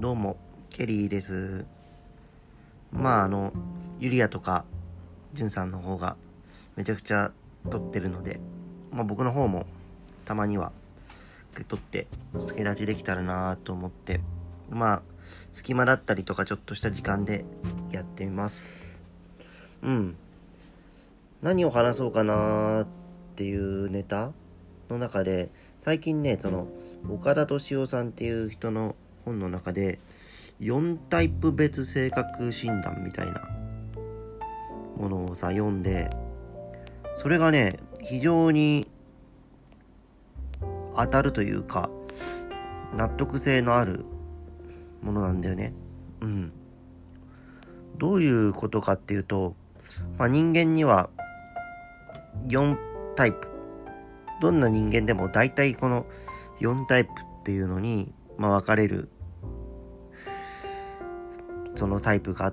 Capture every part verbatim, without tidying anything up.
どうもケリーです。まああのユリアとかジュンさんの方がめちゃくちゃ撮ってるので、まあ、僕の方もたまには撮って助立ちできたらなと思って、まあ隙間だったりとかちょっとした時間でやってみます。うん何を話そうかなっていうネタの中で、最近ねその岡田敏夫さんっていう人の本の中でよんタイプ別性格診断みたいなものをさ読んで、それがね非常に当たるというか納得性のあるものなんだよね。うんどういうことかっていうと、まあ、人間にはよんタイプ、どんな人間でも大体このよんタイプっていうのに、まあ、分かれるそのタイプがあって、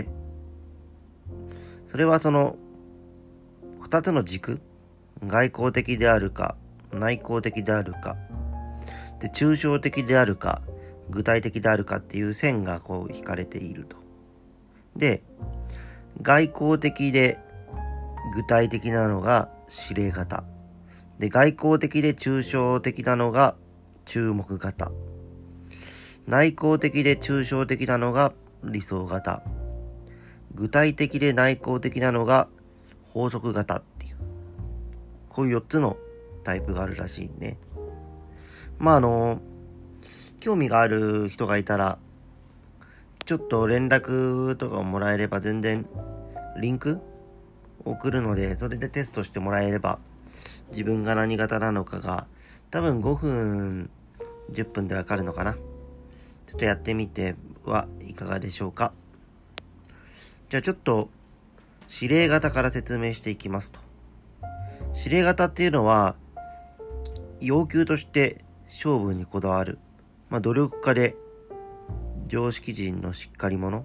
それはそのふたつの軸、外向的であるか内向的であるかで、抽象的であるか具体的であるかっていう線がこう引かれていると。で外向的で具体的なのが指令型で、外向的で抽象的なのが注目型、内向的で抽象的なのが理想型、具体的で内向的なのが法則型っていう、こういうよっつのタイプがあるらしいね。まああの興味がある人がいたらちょっと連絡とかをもらえれば、全然リンク送るので、それでテストしてもらえれば自分が何型なのかが多分ごふんじゅっぷんでわかるのかな。ちょっとやってみてはいかがでしょうか。じゃあちょっと指令型から説明していきますと。指令型っていうのは要求として勝負にこだわる、まあ、努力家で常識人のしっかり者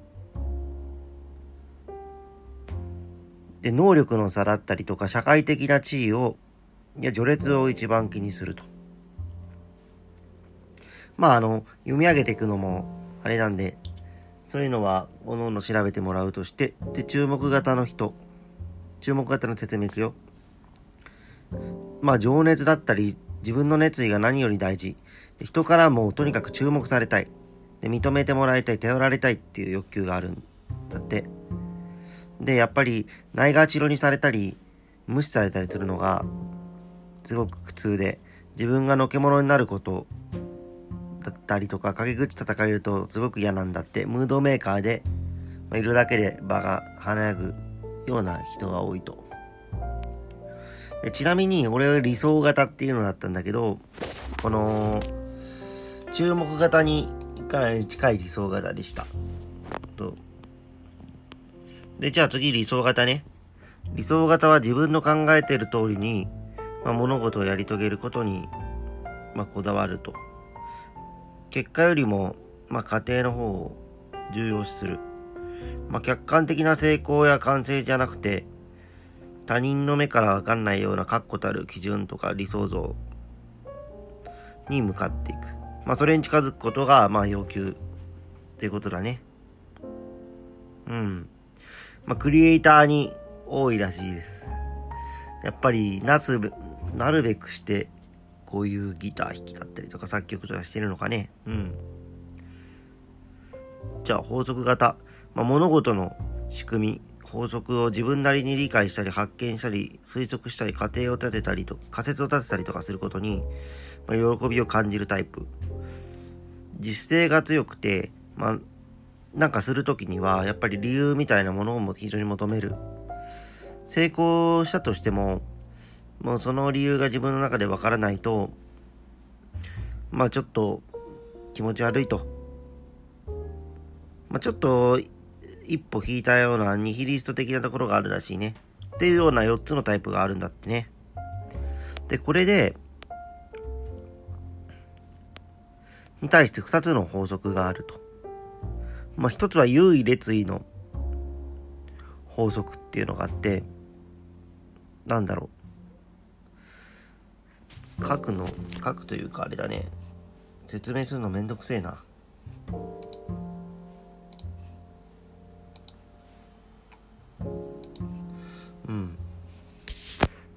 で、能力の差だったりとか社会的な地位をいや序列を一番気にすると。まああの読み上げていくのもあれなんで、そういうのはおのおの調べてもらうとして、で注目型の人、注目型の説明いくよ。まあ情熱だったり自分の熱意が何より大事で、人からもとにかく注目されたいで、認めてもらいたい、頼られたいっていう欲求があるんだって。でやっぱりないがしろにされたり無視されたりするのがすごく苦痛で、自分がのけ者になることだったりとか陰口叩かれるとすごく嫌なんだって。ムードメーカーで、まあ、いるだけで場が華やぐような人が多いと。でちなみに俺は理想型っていうのだったんだけど、この注目型にかなり近い理想型でしたと。でじゃあ次理想型ね。理想型は自分の考えている通りに、まあ、物事をやり遂げることに、まあ、こだわると。結果よりも、まあ、過程の方を重要視する。まあ、客観的な成功や完成じゃなくて、他人の目からわかんないような確固たる基準とか理想像に向かっていく。まあ、それに近づくことが、まあ、要求っていうことだね。うん。まあ、クリエイターに多いらしいです。やっぱりなすべ、なるべくしてこういうギター弾きだったりとか作曲とかしてるのかね。うん。じゃあ法則型、まあ、物事の仕組み、法則を自分なりに理解したり発見したり推測したり仮定を立てたりと仮説を立てたりとかすることに、まあ、喜びを感じるタイプ。自主性が強くて、まあなんかするときにはやっぱり理由みたいなものを非常に求める。成功したとしてももうその理由が自分の中でわからないと、まあちょっと気持ち悪いと、まあちょっと一歩引いたようなニヒリスト的なところがあるらしいね。っていうようなよっつのタイプがあるんだってね。でこれでに対してふたつの法則があると。まあ一つは優位劣位の法則っていうのがあって、なんだろう、書くの書くというかあれだね、説明するのめんどくせえな。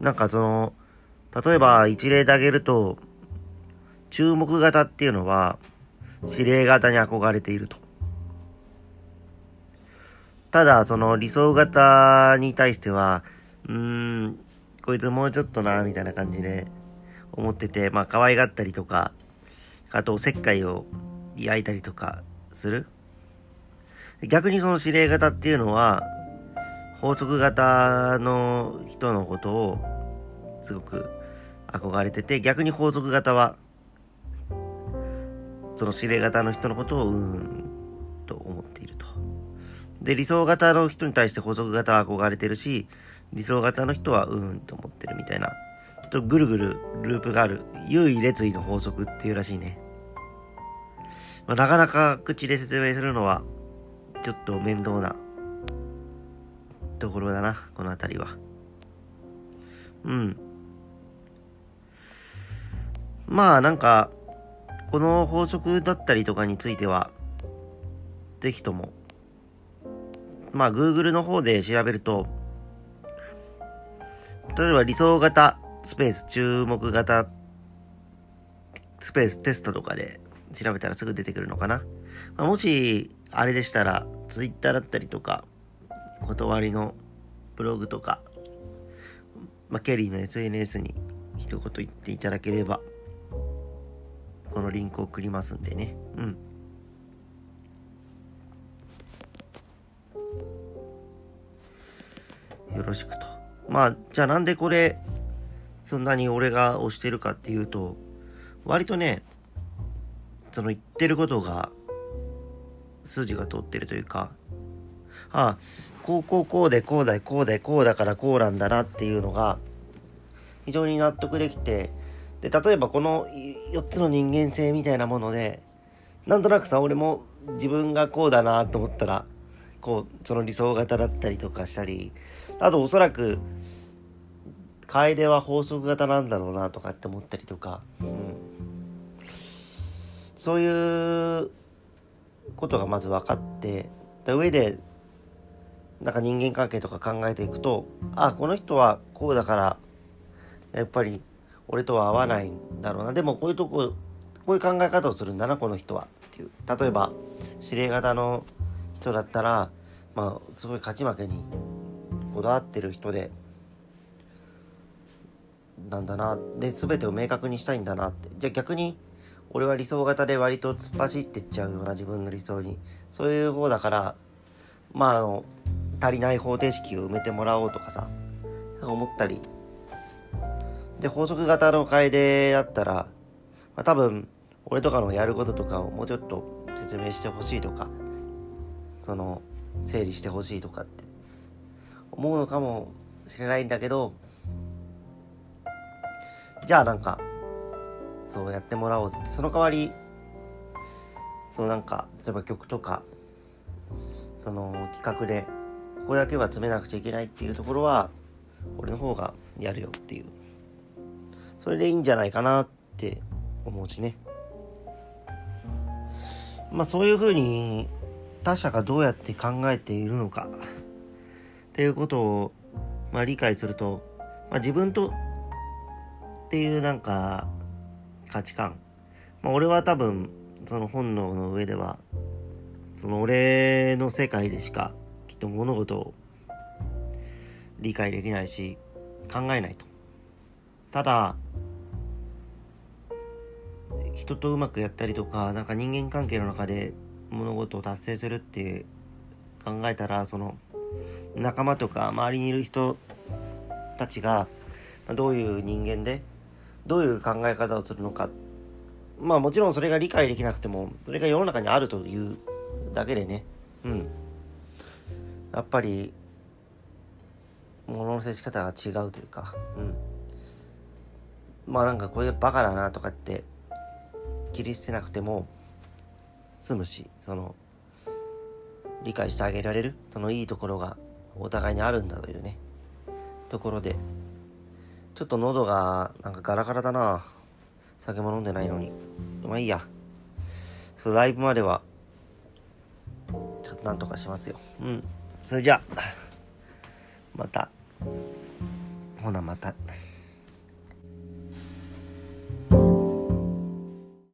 なんかその、例えば一例で挙げると、注目型っていうのは、指令型に憧れていると。ただ、その理想型に対しては、うーん、こいつもうちょっとな、みたいな感じで思ってて、まあ可愛がったりとか、あとおせっかいを焼いたりとかする。逆にその指令型っていうのは、法則型の人のことをすごく憧れてて、逆に法則型は、その指令型の人のことをうーんと思っていると。で、理想型の人に対して法則型は憧れてるし、理想型の人はうーんと思ってるみたいな、とぐるぐるループがある優位劣位の法則っていうらしいね。まあ、なかなか口で説明するのはちょっと面倒なところだな、このあたりは。うん。まあなんか、この法則だったりとかについては、ぜひとも、まあ Google の方で調べると、例えば理想型スペース注目型スペーステストとかで調べたらすぐ出てくるのかな。まあ、もしあれでしたら Twitter だったりとか断りのブログとか、まあ、ケリーの エスエヌエス に一言言っていただければこのリンクを送りますんでね。うんよろしくと。まあじゃあなんでこれそんなに俺が推してるかっていうと、割とねその言ってることが筋が通ってるというか、ああこうこうこうでこうだこうでこうだからこうなんだなっていうのが非常に納得できて、で例えばこのよっつの人間性みたいなものでなんとなくさ、俺も自分がこうだなと思ったらこうその理想型だったりとかしたり、あとおそらく楓は法則型なんだろうなとかって思ったりとか、うん、そういうことがまず分かってた上でなんか人間関係とか考えていくと、あこの人はこうだからやっぱり俺とは合わないんだろうな、でもこういうとここういう考え方をするんだなこの人はっていう。例えば指令型の人だったらまあすごい勝ち負けにこだわってる人でなんだな、で全てを明確にしたいんだなって。じゃあ逆に俺は理想型で割と突っ走ってっちゃうような自分の理想に、そういう方だからまああの足りない方程式を埋めてもらおうとかさ思ったりで、法則型の楓だったら、まあ、多分俺とかのやることとかをもうちょっと説明してほしいとか、その整理してほしいとかって思うのかもしれないんだけど、じゃあなんかそうやってもらおうぜって、その代わりそうなんか例えば曲とかその企画でここだけは詰めなくちゃいけないっていうところは俺の方がやるよっていう、それでいいんじゃないかなって思うしね。まあそういう風に他者がどうやって考えているのかっていうことをまあ理解すると、まあ、自分とっていうなんか価値観、まあ、俺は多分その本能の上ではその俺の世界でしかきっと物事を理解できないし考えないと。ただ人とうまくやったりとか、なんか人間関係の中で物事を達成するって考えたら、その仲間とか周りにいる人たちがどういう人間でどういう考え方をするのか、まあもちろんそれが理解できなくてもそれが世の中にあるというだけでね、うんやっぱり物の接し方が違うというか、うんまあなんかこういうバカだなとかって切り捨てなくても済むし、その理解してあげられるそのいいところがお互いにあるんだというねところで、ちょっと喉がなんかガラガラだな、酒も飲んでないのに。まあいいや、そうライブまではちょっとなんとかしますよ。うんそれじゃあまたほなまた。